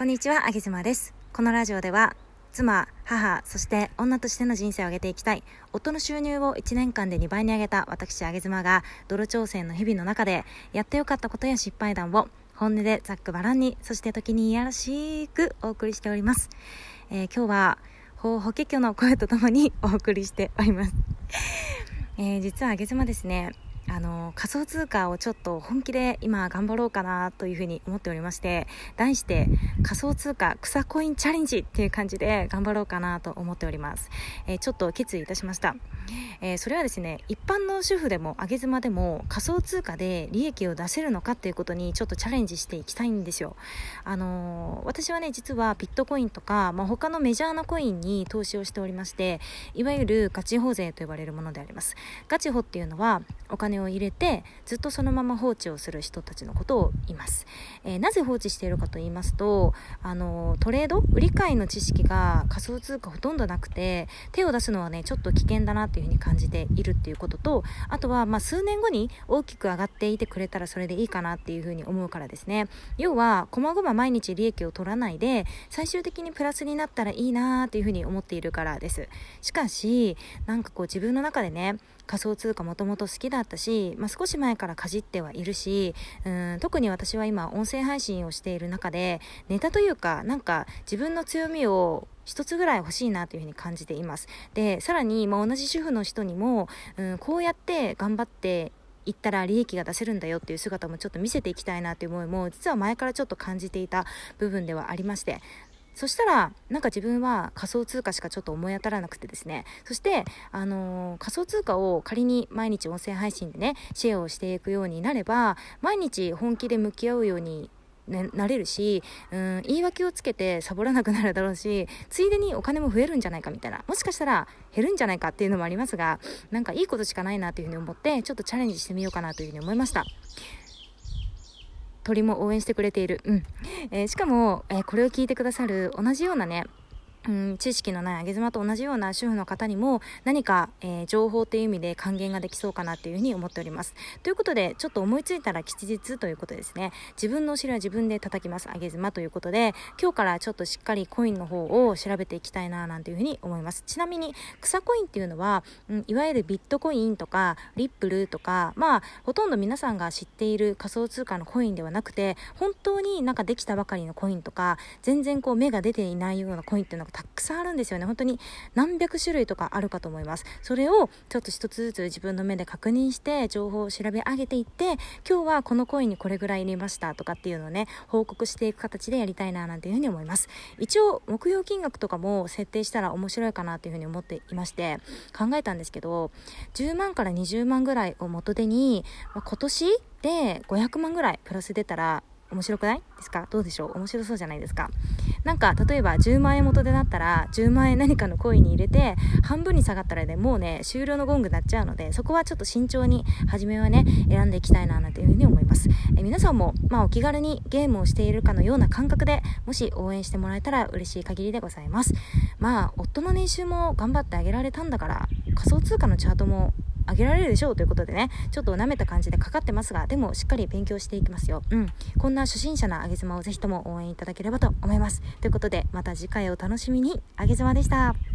こんにちは、あげずまです。このラジオでは妻、母、そして女としての人生を上げていきたい、夫の収入を1年間で2倍に上げた私、あげずまが泥挑戦の日々の中でやってよかったことや失敗談を本音でざっくばらんに、そして時にいやらしくお送りしております。今日は法華経の声とともにお送りしております。実はあげずまですね、仮想通貨をちょっと本気で今頑張ろうかなというふうに思っておりまして、題して仮想通貨草コインチャレンジっていう感じで頑張ろうかなと思っております。ちょっと決意いたしました。それはですね、一般の主婦でもあげ妻でも仮想通貨で利益を出せるのかっていうことにちょっとチャレンジしていきたいんですよ。私はね、実はビットコインとか、他のメジャーなコインに投資をしておりまして、いわゆるガチホ税と呼ばれるものであります。ガチホっていうのはお金を入れてずっとそのまま放置をする人たちのことを言います。なぜ放置しているかと言いますと、トレード売り買いの知識が仮想通貨ほとんどなくて、手を出すのはねちょっと危険だなっていうふうに感じているっていうことと、あとは数年後に大きく上がっていてくれたらそれでいいかなっていうふうに思うからですね。要は細々毎日利益を取らないで最終的にプラスになったらいいなっていうふうに思っているからです。しかし自分の中でね、仮想通貨もともと好きだったし、少し前からかじってはいるし、特に私は今音声配信をしている中でネタというか自分の強みを一つぐらい欲しいなというふうに感じています。で、さらに同じ主婦の人にも、こうやって頑張っていったら利益が出せるんだよっていう姿もちょっと見せていきたいなという思いも実は前からちょっと感じていた部分ではありまして、そしたら自分は仮想通貨しかちょっと思い当たらなくてですね、そして、仮想通貨を仮に毎日音声配信でねシェアをしていくようになれば、毎日本気で向き合うようになれるし、言い訳をつけてサボらなくなるだろうし、ついでにお金も増えるんじゃないかみたいな、もしかしたら減るんじゃないかっていうのもありますが、いいことしかないなというふうに思って、ちょっとチャレンジしてみようかなというふうに思いました。鳥も応援してくれている、しかも、これを聞いてくださる同じようなね、知識のないあげ妻と同じような主婦の方にも何か、情報という意味で還元ができそうかなというふうに思っております。ということで、ちょっと思いついたら吉日ということですね。自分のお尻は自分で叩きます、あげ妻ということで、今日からちょっとしっかりコインの方を調べていきたいななんていうふうに思います。ちなみに草コインっていうのは、いわゆるビットコインとかリップルとか、ほとんど皆さんが知っている仮想通貨のコインではなくて、本当にできたばかりのコインとか、全然芽が出ていないようなコインっていうのがたくさんあるんですよね。本当に何百種類とかあるかと思います。それをちょっと一つずつ自分の目で確認して情報を調べ上げていって、今日はこのコインにこれぐらい入れましたとかっていうのをね報告していく形でやりたいななんていうふうに思います。一応目標金額とかも設定したら面白いかなというふうに思っていまして、考えたんですけど、10万から20万ぐらいを元手に、今年で500万ぐらいプラス出たら面白くないですか？どうでしょう？面白そうじゃないですか？例えば10万円元でなったら10万円何かのコインに入れて、半分に下がったらねもうね終了のゴング鳴っちゃうので、そこはちょっと慎重に初めはね選んでいきたいななんていうふうに思います。皆さんもお気軽にゲームをしているかのような感覚でもし応援してもらえたら嬉しい限りでございます。夫の年収も頑張ってあげられたんだから、仮想通貨のチャートも上げられるでしょうということでね、ちょっと舐めた感じでかかってますが、でもしっかり勉強していきますよ。こんな初心者なあげ妻をぜひとも応援いただければと思います。ということで、また次回をお楽しみに。あげ妻でした。